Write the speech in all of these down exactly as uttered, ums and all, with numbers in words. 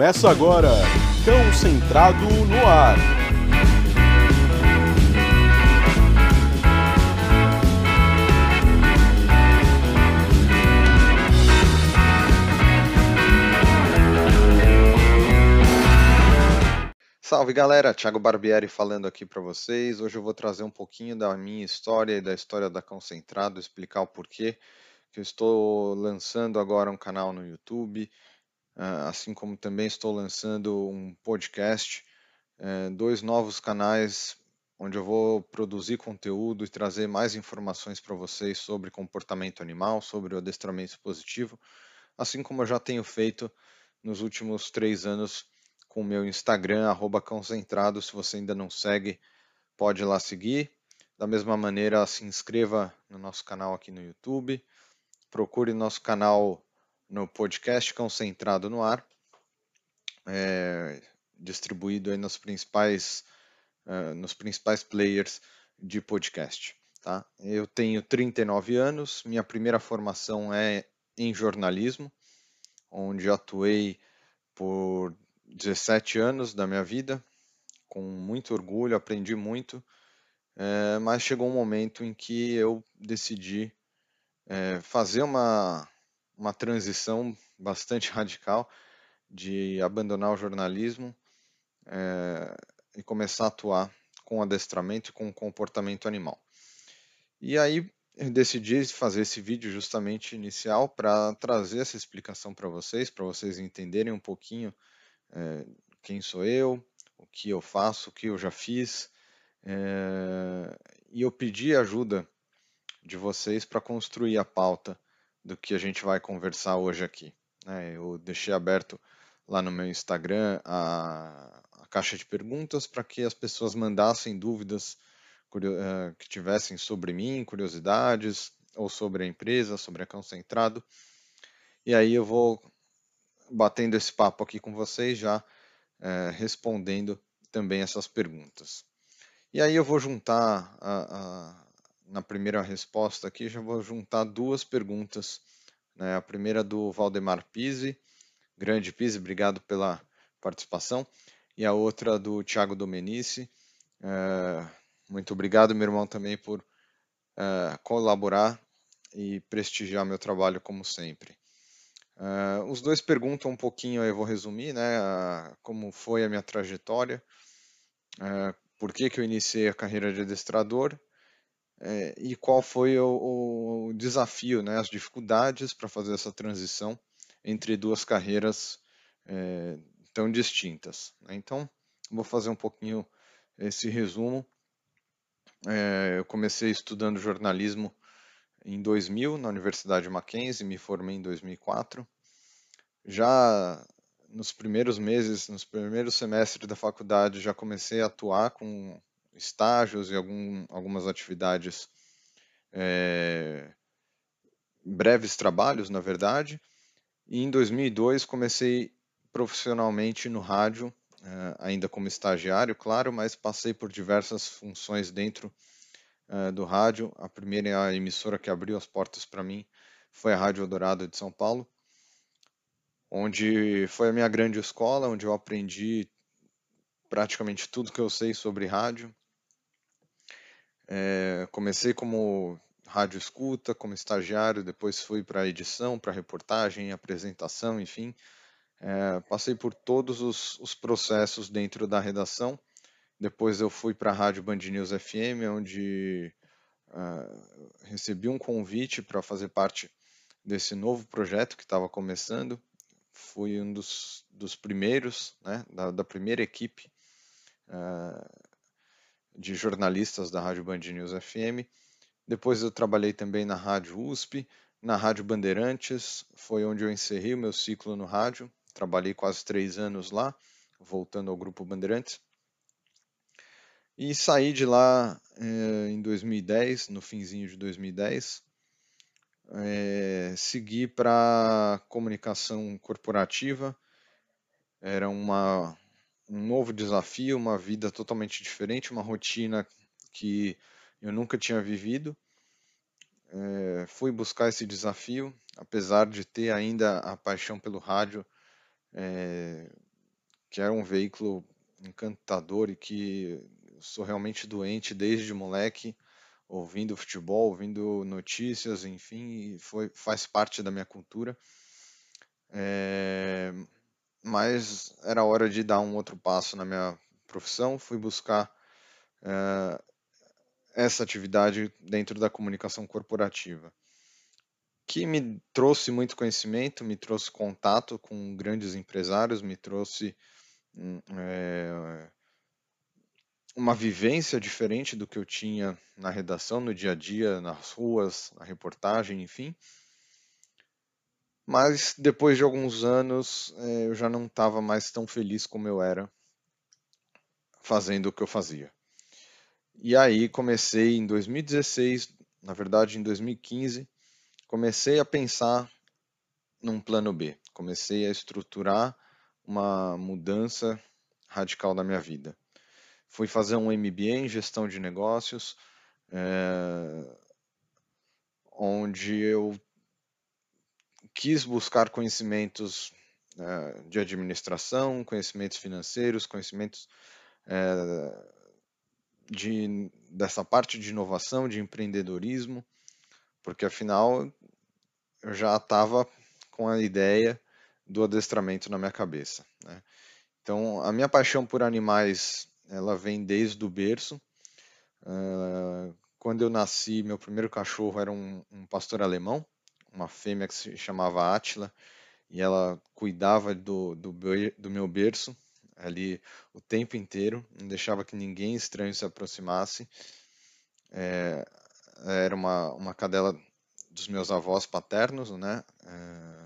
Começa agora, Cão Centrado no Ar. Salve galera, Thiago Barbieri falando aqui para vocês. Hoje eu vou trazer um pouquinho da minha história e da história da Cão Centrado, explicar o porquê que eu estou lançando agora um canal no YouTube, assim como também estou lançando um podcast, dois novos canais onde eu vou produzir conteúdo e trazer mais informações para vocês sobre comportamento animal, sobre o adestramento positivo, assim como eu já tenho feito nos últimos três anos com o meu Instagram, arroba cãocentrado. Se você ainda não segue, pode ir lá seguir. Da mesma maneira, se inscreva no nosso canal aqui no YouTube. Procure nosso canal no podcast Cão Centrado no Ar, é, distribuído aí nos principais, uh, nos principais players de podcast. Tá? Eu tenho trinta e nove anos, minha primeira formação é em jornalismo, onde atuei por dezessete anos da minha vida, com muito orgulho, aprendi muito, é, mas chegou um momento em que eu decidi é, fazer uma, uma transição bastante radical de abandonar o jornalismo é, e começar a atuar com adestramento e com comportamento animal. E aí eu decidi fazer esse vídeo justamente inicial para trazer essa explicação para vocês, para vocês entenderem um pouquinho é, quem sou eu, o que eu faço, o que eu já fiz, é, e eu pedi ajuda de vocês para construir a pauta do que a gente vai conversar hoje aqui. Né? Eu deixei aberto lá no meu Instagram a, a caixa de perguntas para que as pessoas mandassem dúvidas que tivessem sobre mim, curiosidades, ou sobre a empresa, sobre a Cão Centrado. E aí eu vou batendo esse papo aqui com vocês já, é, respondendo também essas perguntas. E aí eu vou juntar, a, a, na primeira resposta aqui, já vou juntar duas perguntas. Né? A primeira do Valdemar Pise, grande Pise, obrigado pela participação. E a outra do Thiago Domenici, é, muito obrigado, meu irmão, também por é, colaborar e prestigiar meu trabalho como sempre. Uh, os dois perguntam um pouquinho, eu vou resumir, né, uh, como foi a minha trajetória, uh, por que, que eu iniciei a carreira de adestrador uh, e qual foi o, o desafio, né, as dificuldades para fazer essa transição entre duas carreiras uh, tão distintas. Né? Então, vou fazer um pouquinho esse resumo. Uh, eu comecei estudando jornalismo em dois mil, na Universidade Mackenzie, me formei em dois mil e quatro. Já nos primeiros meses, nos primeiros semestres da faculdade, já comecei a atuar com estágios e algum, algumas atividades, é, breves trabalhos, na verdade. E em dois mil e dois comecei profissionalmente no rádio, é, ainda como estagiário, claro, mas passei por diversas funções dentro é, do rádio. A primeira emissora que abriu as portas para mim foi a Rádio Eldorado de São Paulo, onde foi a minha grande escola, onde eu aprendi praticamente tudo que eu sei sobre rádio. É, comecei como rádio escuta, como estagiário, depois fui para edição, para reportagem, apresentação, enfim. É, passei por todos os, os processos dentro da redação. Depois eu fui para a Rádio Band News F M, onde uh, recebi um convite para fazer parte desse novo projeto que estava começando. Fui um dos, dos primeiros, né, da, da primeira equipe uh, de jornalistas da Rádio Band News F M. Depois eu trabalhei também na Rádio U S P, na Rádio Bandeirantes, foi onde eu encerrei o meu ciclo no rádio. Trabalhei quase três anos lá, voltando ao Grupo Bandeirantes. E saí de lá eh, em dois mil e dez, no finzinho de dois mil e dez. É, segui para comunicação corporativa. Era uma, um novo desafio, uma vida totalmente diferente, uma rotina que eu nunca tinha vivido. É, fui buscar esse desafio, apesar de ter ainda a paixão pelo rádio, é, que era um veículo encantador e que eu sou realmente doente desde moleque, ouvindo futebol, ouvindo notícias, enfim, e foi, faz parte da minha cultura. É, mas era hora de dar um outro passo na minha profissão, fui buscar é, essa atividade dentro da comunicação corporativa, que me trouxe muito conhecimento, me trouxe contato com grandes empresários, me trouxe hum, é, uma vivência diferente do que eu tinha na redação, no dia a dia, nas ruas, na reportagem, enfim. Mas depois de alguns anos, eh, eu já não estava mais tão feliz como eu era fazendo o que eu fazia. E aí comecei em dois mil e dezesseis, na verdade em dois mil e quinze, comecei a pensar num plano B. Comecei a estruturar uma mudança radical da minha vida. Fui fazer um M B A em gestão de negócios, eh, onde eu quis buscar conhecimentos eh, de administração, conhecimentos financeiros, conhecimentos eh, de, dessa parte de inovação, de empreendedorismo, porque afinal eu já estava com a ideia do adestramento na minha cabeça, né? Então, a minha paixão por animais, ela vem desde o berço. Uh, quando eu nasci, meu primeiro cachorro era um, um pastor alemão, uma fêmea que se chamava Átila, e ela cuidava do, do, do meu berço ali o tempo inteiro, não deixava que ninguém estranho se aproximasse. É, era uma, uma cadela dos meus avós paternos, né? É,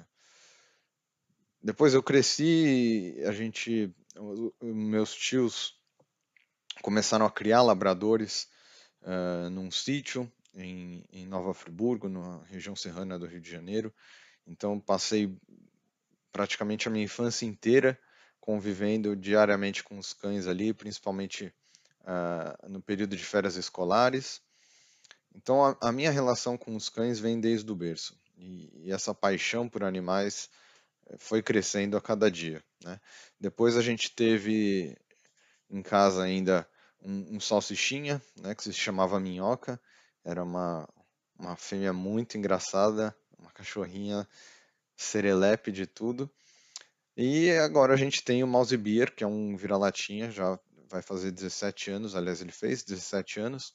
depois eu cresci, a gente, o, o, meus tios começaram a criar labradores uh, num sítio em, em Nova Friburgo, na região serrana do Rio de Janeiro. Então passei praticamente a minha infância inteira convivendo diariamente com os cães ali, principalmente uh, no período de férias escolares. Então a, a minha relação com os cães vem desde o berço, e, e essa paixão por animais foi crescendo a cada dia, né? Depois a gente teve em casa ainda um, um salsichinha, né, que se chamava Minhoca, era uma, uma fêmea muito engraçada, uma cachorrinha serelepe de tudo. E agora a gente tem o Mouse Beer, que é um vira-latinha, já vai fazer dezessete anos, aliás ele fez dezessete anos.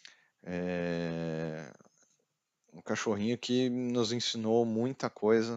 É um cachorrinho que nos ensinou muita coisa.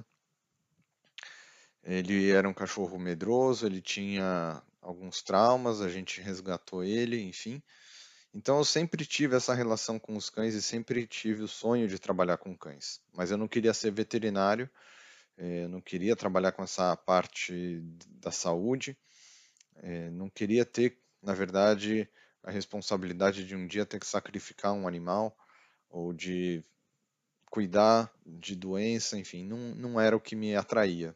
Ele era um cachorro medroso, ele tinha alguns traumas, a gente resgatou ele, enfim. Então eu sempre tive essa relação com os cães e sempre tive o sonho de trabalhar com cães. Mas eu não queria ser veterinário, eu não queria trabalhar com essa parte da saúde, não queria ter, na verdade, a responsabilidade de um dia ter que sacrificar um animal ou de cuidar de doença, enfim, não, não era o que me atraía.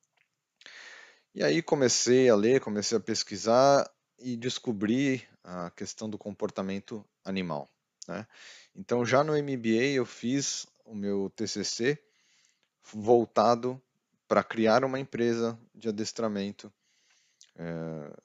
E aí comecei a ler, comecei a pesquisar e descobri a questão do comportamento animal, né? Então já no M B A eu fiz o meu T C C voltado para criar uma empresa de adestramento é,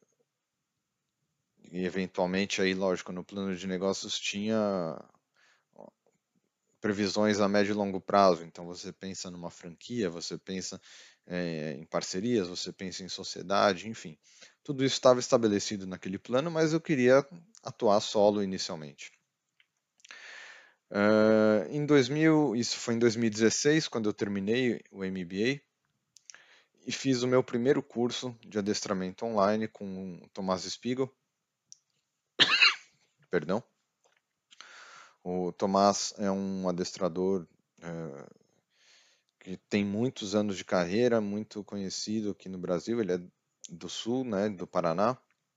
e eventualmente aí, lógico, no plano de negócios tinha previsões a médio e longo prazo. Então você pensa numa franquia, você pensa é, em parcerias, você pensa em sociedade, enfim. Tudo isso estava estabelecido naquele plano, mas eu queria atuar solo inicialmente. Uh, em dois mil, isso foi em dois mil e dezesseis, quando eu terminei o M B A, e fiz o meu primeiro curso de adestramento online com o Tomás Spiegel. Perdão. O Tomás é um adestrador é, que tem muitos anos de carreira, muito conhecido aqui no Brasil. Ele é do Sul, né, do Paraná.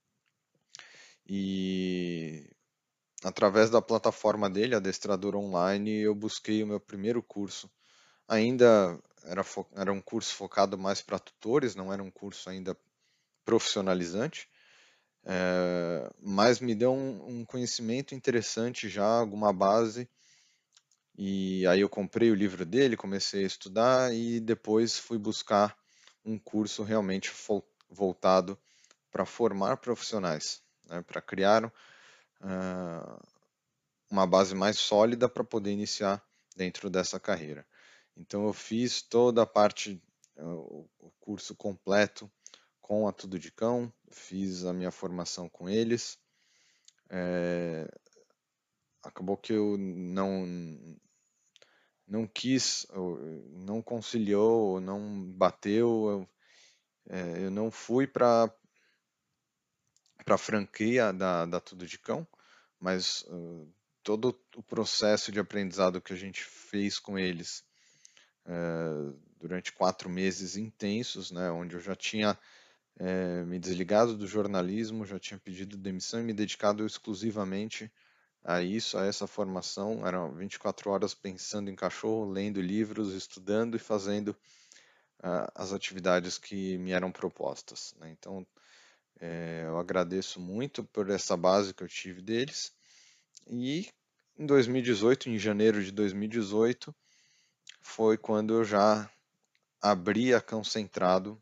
E através da plataforma dele, Adestrador Online, eu busquei o meu primeiro curso. Ainda era, era um curso focado mais para tutores, não era um curso ainda profissionalizante, é, mas me deu um, um conhecimento interessante já, alguma base. E aí eu comprei o livro dele, comecei a estudar e depois fui buscar um curso realmente voltado para formar profissionais, né, para criar uh, uma base mais sólida para poder iniciar dentro dessa carreira. Então eu fiz toda a parte, uh, o curso completo com a Tudo de Cão, fiz a minha formação com eles. É, acabou que eu não não quis, não conciliou, não bateu, eu, é, eu não fui para para a franquia da, da Tudo de Cão, mas uh, todo o processo de aprendizado que a gente fez com eles uh, durante quatro meses intensos, né, onde eu já tinha uh, me desligado do jornalismo, já tinha pedido demissão e me dedicado exclusivamente a isso, a essa formação. Eram vinte e quatro horas pensando em cachorro, lendo livros, estudando e fazendo uh, as atividades que me eram propostas, né? Então, é, eu agradeço muito por essa base que eu tive deles. E em dois mil e dezoito, em janeiro de dois mil e dezoito, foi quando eu já abri a Cão Centrado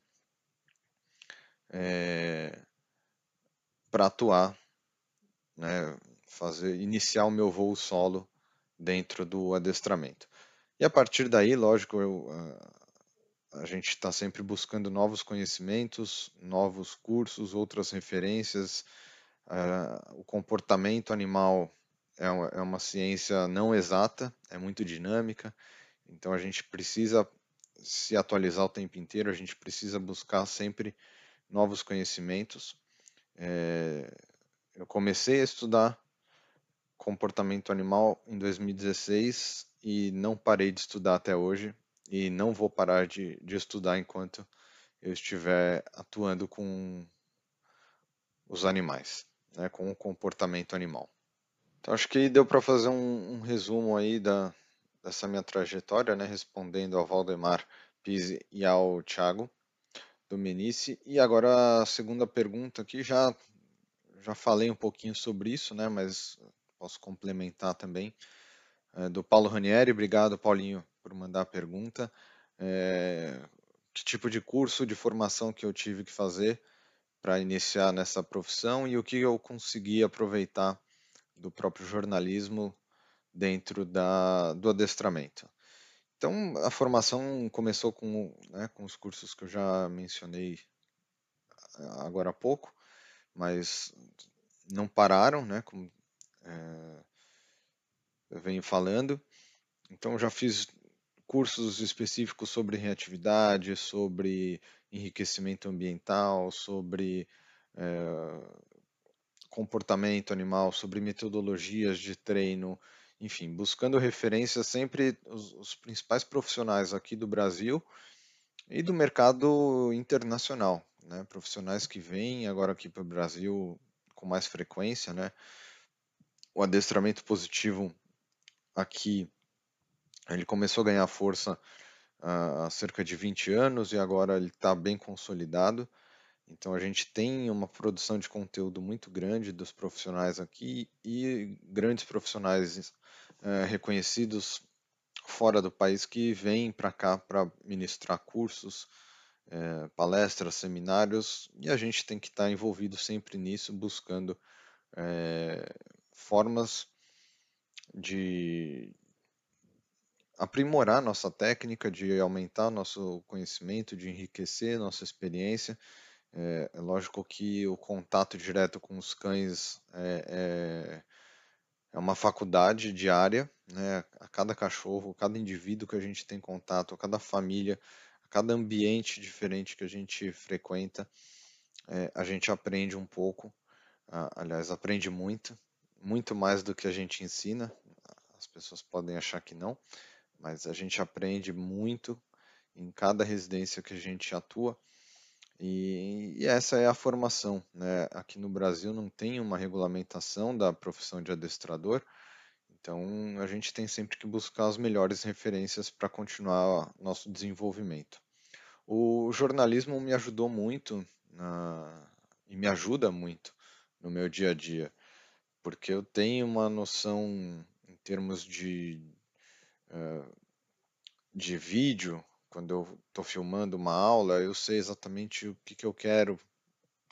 é, para atuar, né, fazer, iniciar o meu voo solo dentro do adestramento. E a partir daí, lógico, eu, a, a gente está sempre buscando novos conhecimentos, novos cursos, outras referências. Uh, o comportamento animal é uma, é uma ciência não exata, é muito dinâmica, então a gente precisa se atualizar o tempo inteiro, a gente precisa buscar sempre novos conhecimentos. É, eu comecei a estudar comportamento animal em dois mil e dezesseis e não parei de estudar até hoje, e não vou parar de, de estudar enquanto eu estiver atuando com os animais, né, com o comportamento animal. Então, acho que deu para fazer um, um resumo aí da, dessa minha trajetória, né, respondendo ao Valdemar Pise e ao Thiago Domenici. E agora a segunda pergunta aqui, já, já falei um pouquinho sobre isso, né, mas posso complementar também, é, do Paulo Ranieri. Obrigado, Paulinho, por mandar a pergunta. É, que tipo de curso de formação que eu tive que fazer para iniciar nessa profissão e o que eu consegui aproveitar do próprio jornalismo dentro da, do adestramento. Então, a formação começou com, né, com os cursos que eu já mencionei agora há pouco, mas não pararam, né, como é, eu venho falando. Então, já fiz cursos específicos sobre reatividade, sobre enriquecimento ambiental, sobre é, comportamento animal, sobre metodologias de treino, enfim, buscando referências sempre os, os principais profissionais aqui do Brasil e do mercado internacional, né? Profissionais que vêm agora aqui para o Brasil com mais frequência, né? O adestramento positivo aqui, ele começou a ganhar força há cerca de vinte anos e agora ele está bem consolidado. Então a gente tem uma produção de conteúdo muito grande dos profissionais aqui e grandes profissionais eh, reconhecidos fora do país que vêm para cá para ministrar cursos, eh, palestras, seminários, e a gente tem que estar envolvido sempre nisso, buscando eh, formas de aprimorar nossa técnica, de aumentar nosso conhecimento, de enriquecer nossa experiência. É, é lógico que o contato direto com os cães é, é, é uma faculdade diária, né? A cada cachorro, cada indivíduo que a gente tem contato, a cada família, a cada ambiente diferente que a gente frequenta, é, a gente aprende um pouco, a, aliás, aprende muito, muito mais do que a gente ensina. As pessoas podem achar que não, mas a gente aprende muito em cada residência que a gente atua. E, e essa é a formação, né? Aqui no Brasil não tem uma regulamentação da profissão de adestrador, então a gente tem sempre que buscar as melhores referências para continuar nosso desenvolvimento. O jornalismo me ajudou muito na, e me ajuda muito no meu dia a dia, porque eu tenho uma noção em termos de, uh, de vídeo. Quando eu estou filmando uma aula, eu sei exatamente o que, que eu quero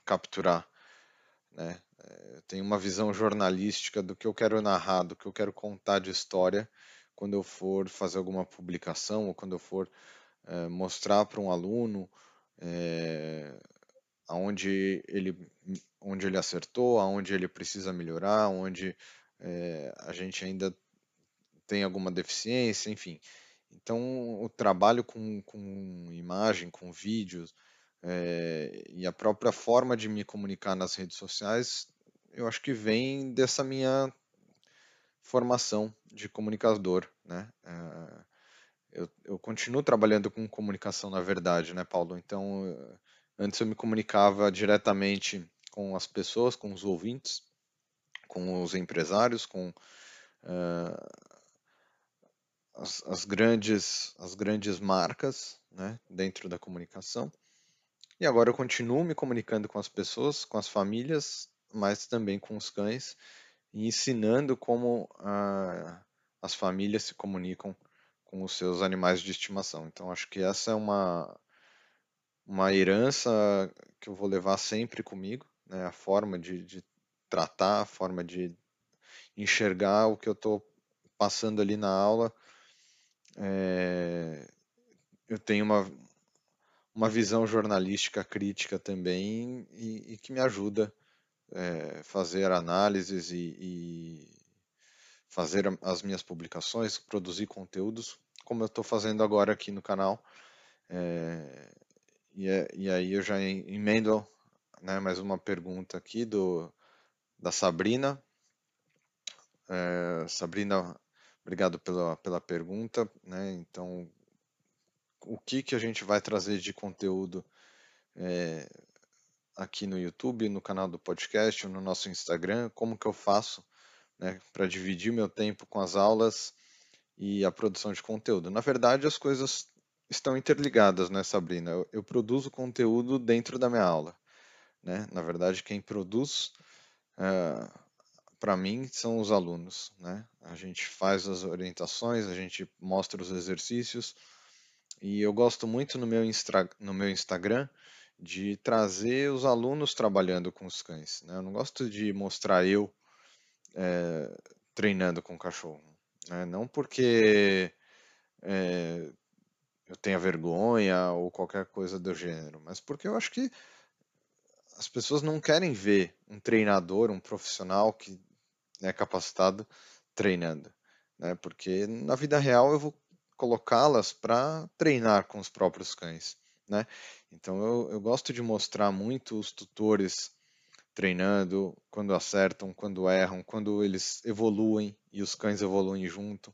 capturar, né? Eu tenho uma visão jornalística do que eu quero narrar, do que eu quero contar de história quando eu for fazer alguma publicação ou quando eu for eh, mostrar para um aluno eh, aonde ele, onde ele acertou, aonde ele precisa melhorar, onde eh, a gente ainda tem alguma deficiência, enfim. Então, o trabalho com, com imagem, com vídeos, eh, e a própria forma de me comunicar nas redes sociais, eu acho que vem dessa minha formação de comunicador, né? Eh, eu, eu continuo trabalhando com comunicação, na verdade, né, Paulo? Então, eh, antes eu me comunicava diretamente com as pessoas, com os ouvintes, com os empresários, com eh, as, as grandes, as grandes marcas, né, dentro da comunicação. E agora eu continuo me comunicando com as pessoas, com as famílias, mas também com os cães, e ensinando como ah, as famílias se comunicam com os seus animais de estimação. Então, acho que essa é uma, uma herança que eu vou levar sempre comigo, né? A forma de, de tratar, a forma de enxergar o que eu estou passando ali na aula. É, eu tenho uma, uma visão jornalística crítica também e, e que me ajuda a fazer análises e, e fazer as minhas publicações, produzir conteúdos, como eu estou fazendo agora aqui no canal. É, e, é, e aí eu já emendo, né, mais uma pergunta aqui do, da Sabrina. É, Sabrina, obrigado pela, pela pergunta. Né? Então, o que, que a gente vai trazer de conteúdo é, aqui no YouTube, no canal do podcast, no nosso Instagram? Como que eu faço, né, para dividir meu tempo com as aulas e a produção de conteúdo? Na verdade, as coisas estão interligadas, né, Sabrina? Eu, eu produzo conteúdo dentro da minha aula, né? Na verdade, quem produz uh, para mim são os alunos, né? A gente faz as orientações, a gente mostra os exercícios e eu gosto muito no meu, instra, no meu Instagram de trazer os alunos trabalhando com os cães, né? Eu não gosto de mostrar eu é, treinando com o cachorro, né? Não porque é, eu tenha vergonha ou qualquer coisa do gênero, mas porque eu acho que as pessoas não querem ver um treinador, um profissional que é capacitado treinando, né? Porque na vida real eu vou colocá-las para treinar com os próprios cães, né? Então eu, eu gosto de mostrar muito os tutores treinando, quando acertam, quando erram, quando eles evoluem e os cães evoluem junto.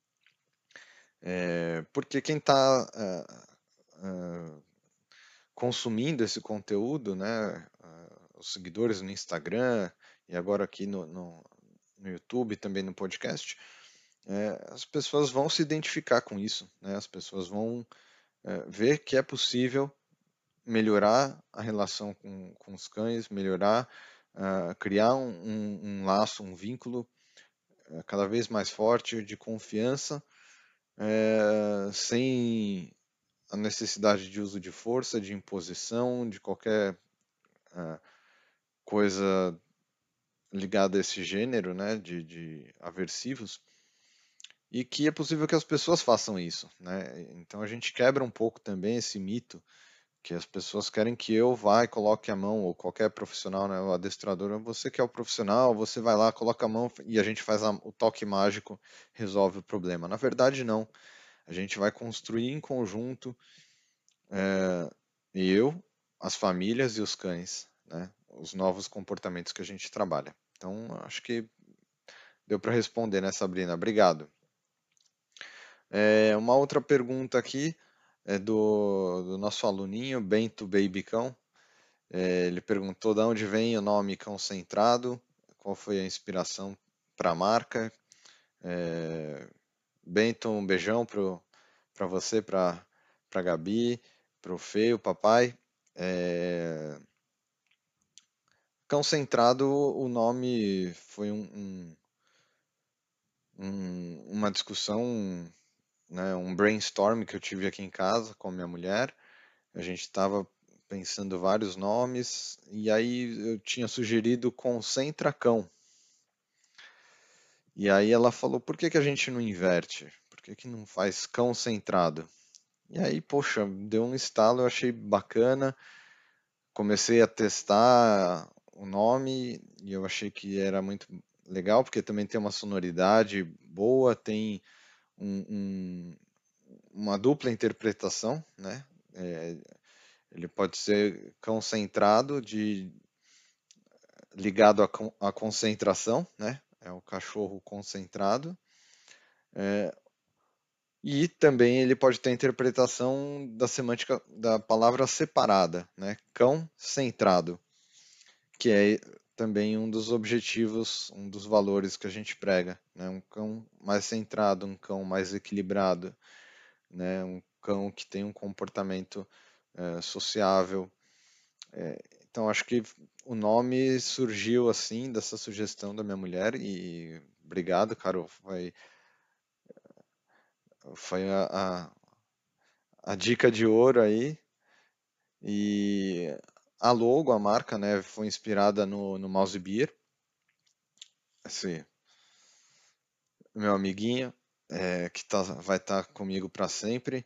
É, porque quem está uh, uh, consumindo esse conteúdo, né, uh, os seguidores no Instagram e agora aqui no, no, no YouTube, também no podcast, é, as pessoas vão se identificar com isso, né? As pessoas vão é, ver que é possível melhorar a relação com, com os cães, melhorar, uh, criar um, um, um laço, um vínculo uh, cada vez mais forte de confiança, é, sem a necessidade de uso de força, de imposição, de qualquer uh, coisa ligada a esse gênero, né, de, de aversivos. E que é possível que as pessoas façam isso, né? Então a gente quebra um pouco também esse mito que as pessoas querem que eu vá e coloque a mão, ou qualquer profissional, né, o adestrador, você que é o profissional, você vai lá, coloca a mão e a gente faz a, o toque mágico, resolve o problema. Na verdade, não. A gente vai construir em conjunto, é, eu, as famílias e os cães, né, os novos comportamentos que a gente trabalha. Então, acho que deu para responder, né, Sabrina? Obrigado. É, uma outra pergunta aqui é do, do nosso aluninho, Bento Babycão. É, ele perguntou de onde vem o nome Cão Centrado, qual foi a inspiração para a marca. É, Bento, um beijão para você, para a Gabi, para o Fê, o papai. É, Cão Centrado, o nome foi um, um, um, uma discussão, né, um brainstorm que eu tive aqui em casa com a minha mulher. A gente estava pensando vários nomes, e aí eu tinha sugerido Concentra Cão. E aí ela falou, por que que a gente não inverte? Por que que não faz cão centrado? E aí, poxa, deu um estalo, eu achei bacana. Comecei a testar o nome e eu achei que era muito legal, porque também tem uma sonoridade boa, tem um- um- uma dupla interpretação, né? É, ele pode ser cão centrado, de, ligado à, con- à concentração, né? É o cachorro concentrado. E também ele pode ter a interpretação da semântica da palavra separada, né? Cão centrado, que é também um dos objetivos, um dos valores que a gente prega, né? Um cão mais centrado, um cão mais equilibrado, né? Um cão que tem um comportamento eh, sociável. Então acho que o nome surgiu assim dessa sugestão da minha mulher e obrigado, Carol. Foi, foi a, a, a dica de ouro aí. E a logo, a marca, né, foi inspirada no, no Mouse Beer, esse meu amiguinho, é, que tá, vai estar comigo para sempre.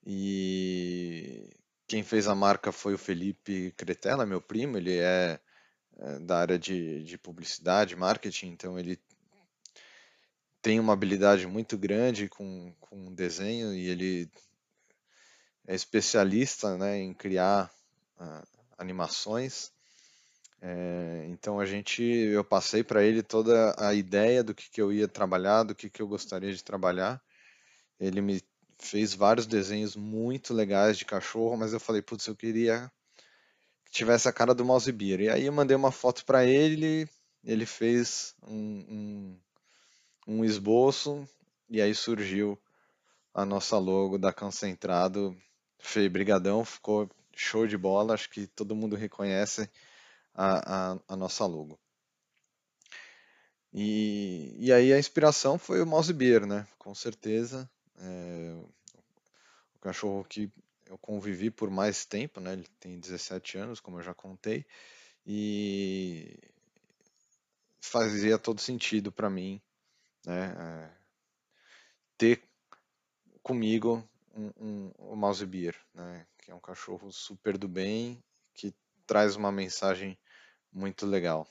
E quem fez a marca foi o Felipe Cretella, meu primo. Ele é, é da área de, de publicidade, marketing, então ele tem uma habilidade muito grande com, com desenho e ele é especialista, né, em criar ah, animações. É, então a gente, eu passei para ele toda a ideia do que, que eu ia trabalhar, do que, que eu gostaria de trabalhar. Ele me fez vários desenhos muito legais de cachorro, mas eu falei, putz, eu queria que tivesse a cara do Mouse Beer. E aí eu mandei uma foto para ele, ele fez um, um, um esboço e aí surgiu a nossa logo da Concentrado. Fê, brigadão, ficou show de bola. Acho que todo mundo reconhece a, a, a nossa logo. E, e aí a inspiração foi o Mouse Beer, né? Com certeza. É, o cachorro que eu convivi por mais tempo, né? Ele tem dezessete anos, como eu já contei, e fazia todo sentido para mim, né? É, ter comigo um, um, o Mouse Beer, né? Que é um cachorro super do bem, que traz uma mensagem muito legal.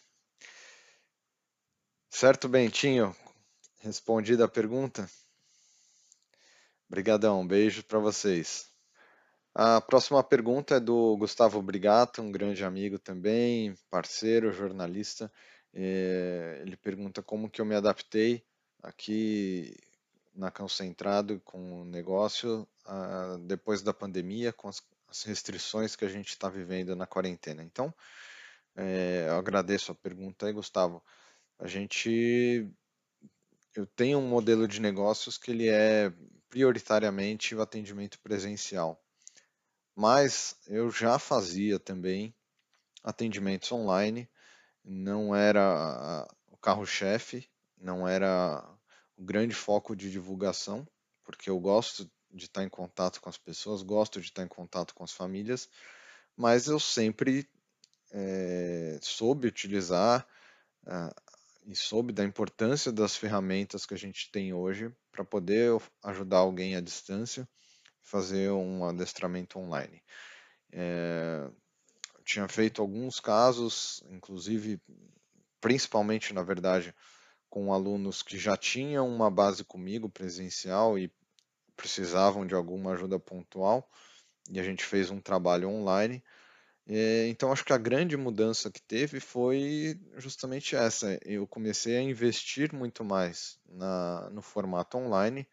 Certo, Bentinho? Respondida a pergunta? Obrigadão, beijo para vocês. A próxima pergunta é do Gustavo Brigato, um grande amigo também, parceiro, jornalista. Eh, Ele pergunta como que eu me adaptei aqui na Concentrado com o negócio ah, depois da pandemia, com as, as restrições que a gente está vivendo na quarentena. Então, eh, eu agradeço a pergunta aí, Gustavo. A gente, eu tenho um modelo de negócios que ele é prioritariamente o atendimento presencial. Mas eu já fazia também atendimentos online, não era a- o carro-chefe, não era o grande foco de divulgação, porque eu gosto de estar em contato com as pessoas, gosto de estar em contato com as famílias, mas eu sempre eh, soube utilizar ah, e soube da importância das ferramentas que a gente tem hoje para poder ajudar alguém à distância, fazer um adestramento online. É, tinha feito alguns casos, inclusive, principalmente, na verdade, com alunos que já tinham uma base comigo presencial e precisavam de alguma ajuda pontual, e a gente fez um trabalho online. É, então, acho que a grande mudança que teve foi justamente essa. Eu comecei a investir muito mais na, no formato online,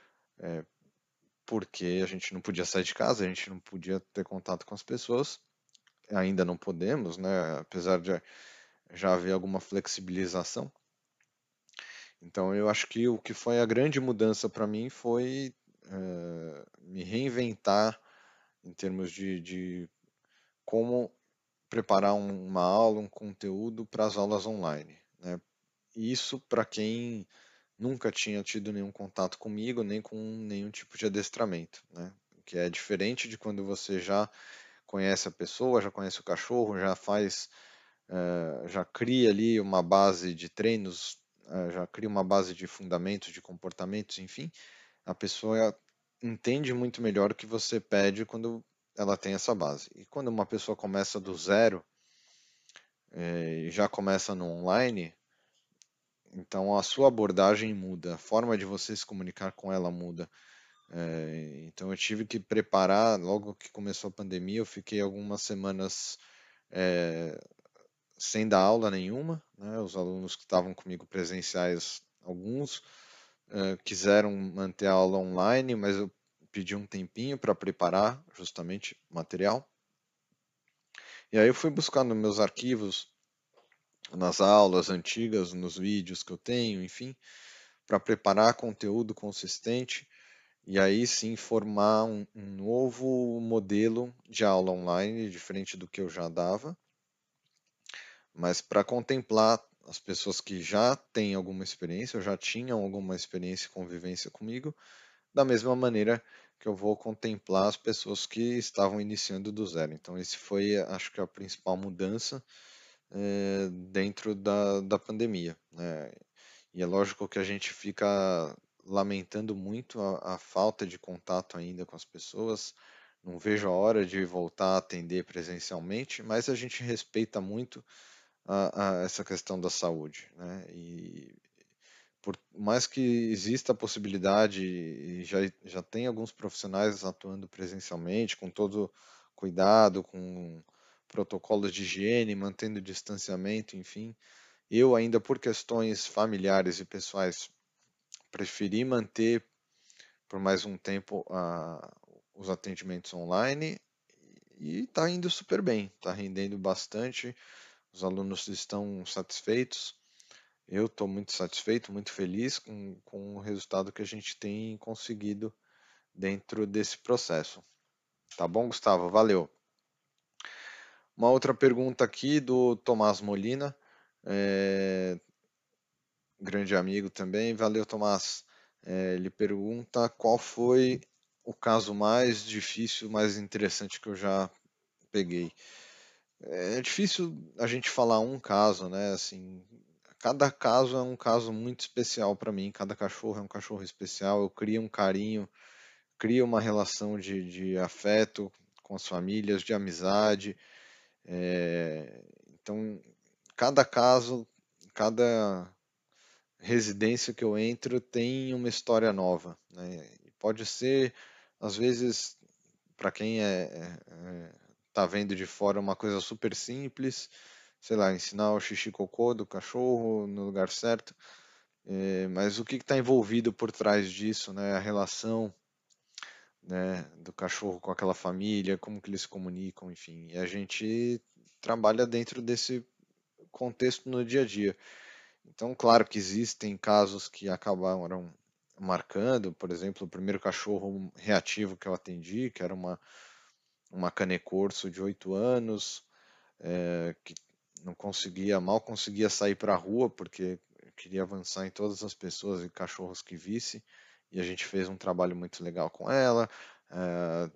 porque a gente não podia sair de casa, a gente não podia ter contato com as pessoas, ainda não podemos, né? Apesar de já haver alguma flexibilização. Então, eu acho que o que foi a grande mudança para mim foi eh, me reinventar em termos de, de como preparar um- uma aula, um conteúdo para as aulas online, né? Isso para quem nunca tinha tido nenhum contato comigo, nem com nenhum tipo de adestramento, né? Que é diferente de quando você já conhece a pessoa, já conhece o cachorro, já faz, eh, já cria ali uma base de treinos, eh, já cria uma base de fundamentos, de comportamentos, enfim, a pessoa entende muito melhor o que você pede quando ela tem essa base. E quando uma pessoa começa do zero, eh, e já começa no online, então a sua abordagem muda, a forma de você se comunicar com ela muda. Eh, então eu tive que preparar, logo que começou a pandemia, eu fiquei algumas semanas eh, sem dar aula nenhuma, né? Os alunos que estavam comigo presenciais, alguns eh, quiseram manter a aula online, mas eu pedi um tempinho para preparar justamente o material. E aí eu fui buscar nos meus arquivos, nas aulas antigas, nos vídeos que eu tenho, enfim, para preparar conteúdo consistente e aí sim formar um, um novo modelo de aula online, diferente do que eu já dava, mas para contemplar as pessoas que já têm alguma experiência, ou já tinham alguma experiência e convivência comigo, da mesma maneira que eu vou contemplar as pessoas que estavam iniciando do zero. Então, esse foi, acho que, a principal mudança eh, dentro da, da pandemia, né? E é lógico que a gente fica lamentando muito a, a falta de contato ainda com as pessoas. Não vejo a hora de voltar a atender presencialmente, mas a gente respeita muito a, a essa questão da saúde, né? E por mais que exista a possibilidade, e já, já tem alguns profissionais atuando presencialmente, com todo cuidado, com protocolos de higiene, mantendo distanciamento, enfim, eu ainda por questões familiares e pessoais preferi manter por mais um tempo a, os atendimentos online e está indo super bem, está rendendo bastante, os alunos estão satisfeitos. Eu estou muito satisfeito, muito feliz com, com o resultado que a gente tem conseguido dentro desse processo. Tá bom, Gustavo? Valeu. Uma outra pergunta aqui do Tomás Molina, é, grande amigo também. Valeu, Tomás. É, ele pergunta qual foi o caso mais difícil, mais interessante que eu já peguei. É difícil a gente falar um caso, né? Assim, cada caso é um caso muito especial para mim. Cada cachorro é um cachorro especial. Eu crio um carinho, crio uma relação de, de afeto com as famílias, de amizade. É, então, cada caso, cada residência que eu entro tem uma história nova, né? E pode ser, às vezes, para quem é, é, é, tá vendo de fora uma coisa super simples, sei lá, ensinar o xixi cocô do cachorro no lugar certo, é, mas o que está envolvido por trás disso, né? A relação, né, do cachorro com aquela família, como que eles se comunicam, enfim. E a gente trabalha dentro desse contexto no dia a dia. Então, claro que existem casos que acabaram marcando, por exemplo, o primeiro cachorro reativo que eu atendi, que era uma, uma cane corso de oito anos, é, que não conseguia, mal conseguia sair para a rua, porque queria avançar em todas as pessoas e cachorros que visse, e a gente fez um trabalho muito legal com ela, é,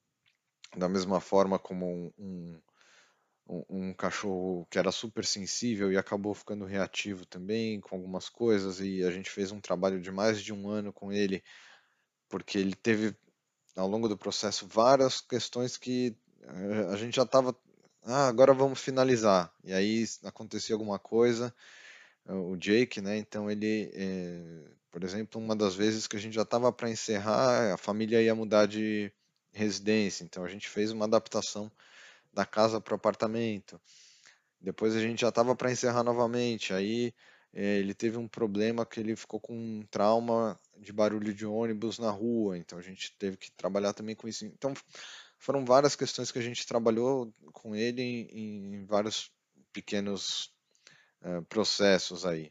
da mesma forma como um, um um, um cachorro que era super sensível e acabou ficando reativo também com algumas coisas e a gente fez um trabalho de mais de um ano com ele porque ele teve ao longo do processo várias questões que eh, a gente já estava ah, agora vamos finalizar e aí acontecia alguma coisa o Jake, né, então ele eh, por exemplo, uma das vezes que a gente já estava para encerrar, a família ia mudar de residência, então a gente fez uma adaptação da casa para o apartamento. Depois a gente já estava para encerrar novamente. Aí eh, ele teve um problema que ele ficou com um trauma de barulho de ônibus na rua. Então a gente teve que trabalhar também com isso. Então foram várias questões que a gente trabalhou com ele em, em vários pequenos eh, processos aí.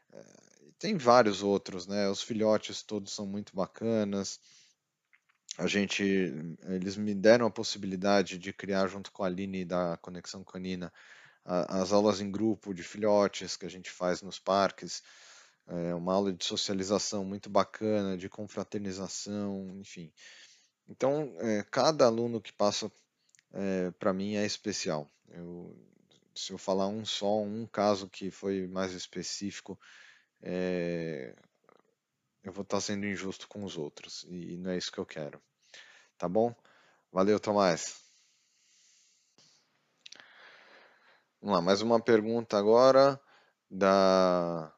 Tem vários outros, né? Os filhotes todos são muito bacanas. A gente, eles me deram a possibilidade de criar junto com a Aline da Conexão Canina as aulas em grupo de filhotes que a gente faz nos parques, é uma aula de socialização muito bacana, de confraternização, enfim. Então, é, cada aluno que passa é, para mim é especial. Eu, se eu falar um só, um caso que foi mais específico, é, eu vou estar sendo injusto com os outros, e não é isso que eu quero. Tá bom? Valeu, Tomás. Vamos lá, mais uma pergunta agora da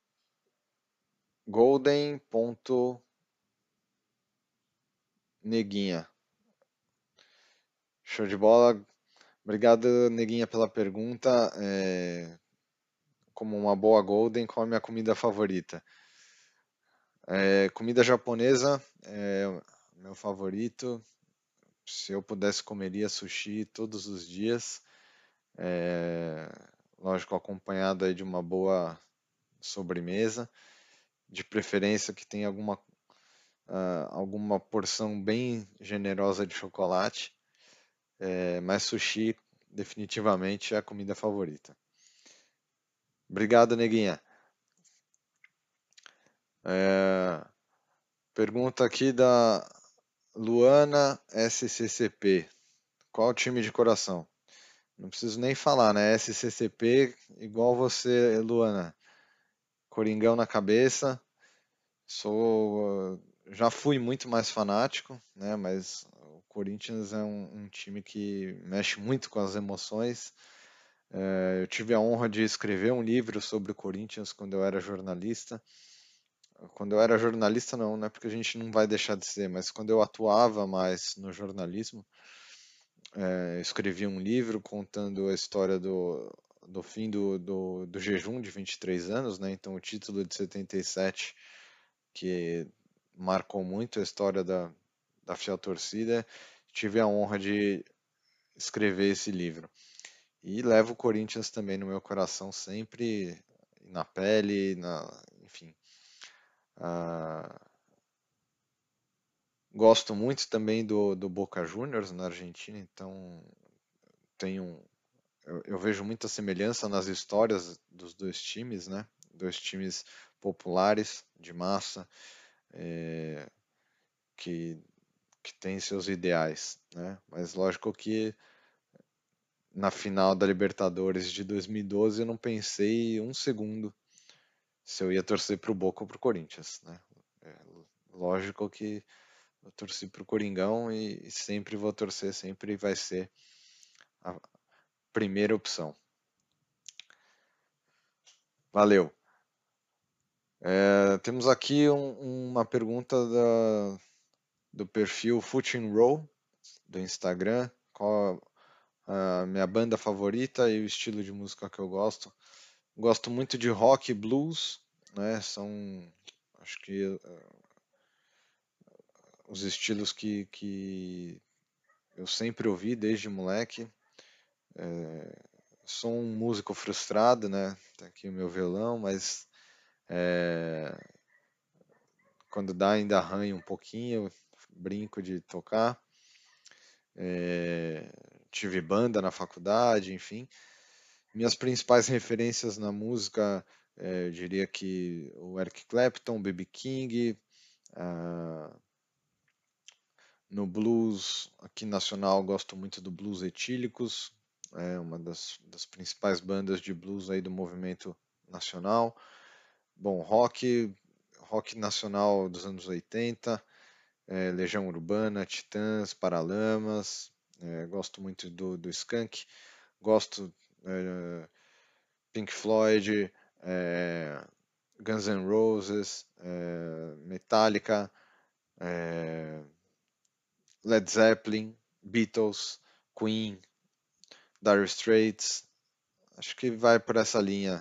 Golden.neguinha. Show de bola. Obrigado, Neguinha, pela pergunta. É, como uma boa Golden, qual é a minha comida favorita? É, comida japonesa é meu favorito. Se eu pudesse, comeria sushi todos os dias. É, lógico, acompanhado aí de uma boa sobremesa. De preferência que tenha alguma, uh, alguma porção bem generosa de chocolate. É, mas sushi definitivamente é a comida favorita. Obrigado, Neguinha. É, pergunta aqui da Luana S C C P. Qual o time de coração? Não preciso nem falar, né? S C C P, igual você, Luana. Coringão na cabeça. Sou, já fui muito mais fanático, né? Mas o Corinthians é um, um time que mexe muito com as emoções. É, eu tive a honra de escrever um livro sobre o Corinthians quando eu era jornalista. Quando eu era jornalista, não, né? Porque a gente não vai deixar de ser, mas quando eu atuava mais no jornalismo, é, escrevi um livro contando a história do, do fim do, do, do jejum de vinte e três anos, né? Então o título de setenta e sete, que marcou muito a história da, da fiel torcida, tive a honra de escrever esse livro. E levo o Corinthians também no meu coração sempre, na pele, na, enfim. Ah, gosto muito também do, do Boca Juniors na Argentina, então tenho, eu, eu vejo muita semelhança nas histórias dos dois times, né? Dois times populares, de massa, é, que, que têm seus ideais, né? Mas lógico que na final da Libertadores de dois mil e doze eu não pensei um segundo se eu ia torcer para o Boca ou para o Corinthians, né? É, lógico que eu torci para o Coringão e, e sempre vou torcer, sempre vai ser a primeira opção. Valeu. É, temos aqui um, uma pergunta da, do perfil Foot and Roll do Instagram. Qual a minha banda favorita e o estilo de música que eu gosto? Gosto muito de rock e blues, né? São, acho que uh, os estilos que, que eu sempre ouvi desde moleque. É, sou um músico frustrado, né? Tá aqui o meu violão, mas é, quando dá ainda arranho um pouquinho, brinco de tocar. É, tive banda na faculdade, enfim. Minhas principais referências na música, é, eu diria que o Eric Clapton, B B King, ah, no blues aqui nacional gosto muito do Blues Etílicos, é uma das, das principais bandas de blues aí do movimento nacional. Bom, rock, rock nacional dos anos oitenta, é, Legião Urbana, Titãs, Paralamas, é, gosto muito do, do Skank, gosto é, Pink Floyd, é, Guns N' Roses, é, Metallica, é, Led Zeppelin, Beatles, Queen, Dire Straits, acho que vai por essa linha.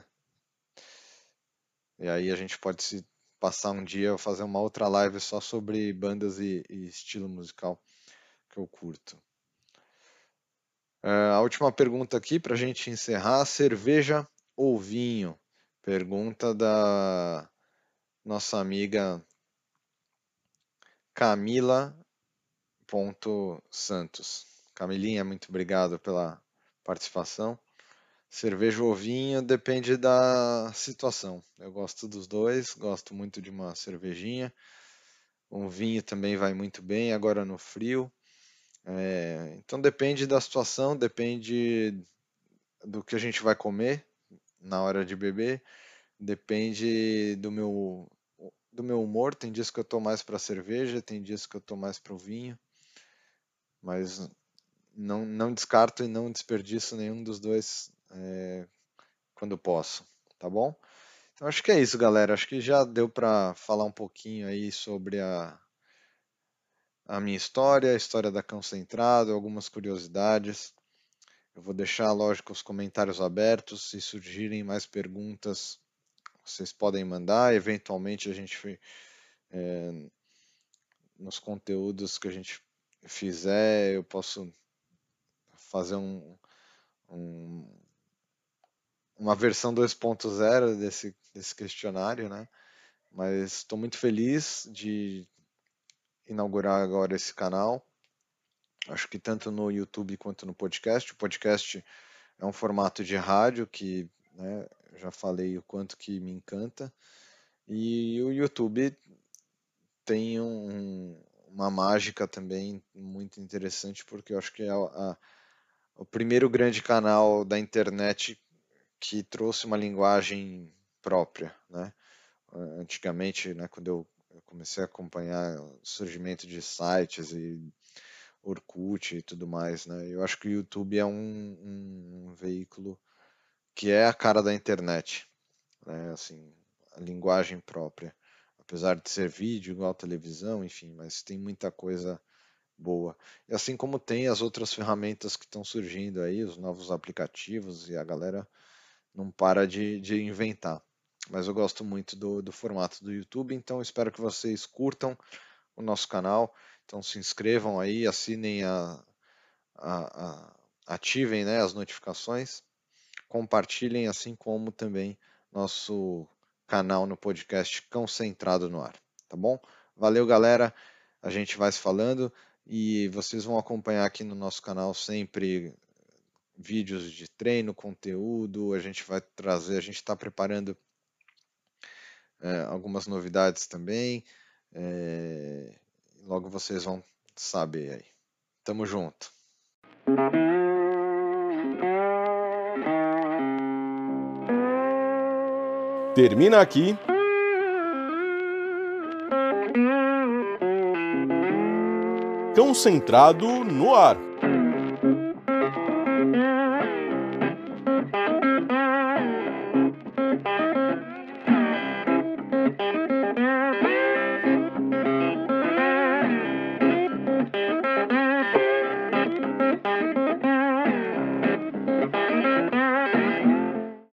E aí a gente pode se passar um dia fazer uma outra live só sobre bandas e, e estilo musical que eu curto. Uh, a última pergunta aqui para a gente encerrar: cerveja ou vinho? Pergunta da nossa amiga Camila ponto Santos. Camilinha, muito obrigado pela participação. Cerveja ou vinho depende da situação. Eu gosto dos dois, gosto muito de uma cervejinha. Um vinho também vai muito bem agora no frio. É, então depende da situação, depende do que a gente vai comer na hora de beber, depende do meu, do meu humor. Tem dias que eu tô mais para cerveja, tem dias que eu tô mais para o vinho, mas não, não descarto e não desperdiço nenhum dos dois é, quando posso, tá bom? Então acho que é isso, galera. Acho que já deu para falar um pouquinho aí sobre a, a minha história, a história da Cão Centrado, algumas curiosidades. Eu vou deixar, lógico, os comentários abertos. Se surgirem mais perguntas, vocês podem mandar. Eventualmente a gente, é, nos conteúdos que a gente fizer, eu posso fazer um, um, uma versão dois ponto zero desse, desse questionário, né? Mas estou muito feliz de inaugurar agora esse canal. Acho que tanto no YouTube quanto no podcast. O podcast é um formato de rádio que, né, já falei o quanto que me encanta. E o YouTube tem um, uma mágica também muito interessante, porque eu acho que é a, a, o primeiro grande canal da internet que trouxe uma linguagem própria, né? Antigamente, né, quando eu comecei a acompanhar o surgimento de sites e Orkut e tudo mais, né? Eu acho que o YouTube é um, um, um veículo que é a cara da internet, né? Assim, a linguagem própria, apesar de ser vídeo igual televisão, enfim, mas tem muita coisa boa. E assim como tem as outras ferramentas que estão surgindo aí, os novos aplicativos, e a galera não para de, de inventar. Mas eu gosto muito do, do formato do YouTube, então espero que vocês curtam o nosso canal. Então se inscrevam aí, assinem a, a, a ativem, né, as notificações, compartilhem, assim como também nosso canal no podcast Cão Centrado no Ar, tá bom? Valeu, galera, a gente vai se falando e vocês vão acompanhar aqui no nosso canal sempre vídeos de treino, conteúdo, a gente vai trazer, a gente está preparando é, algumas novidades também, é, logo vocês vão saber aí. Tamo junto. Termina aqui Cão Centrado no Ar.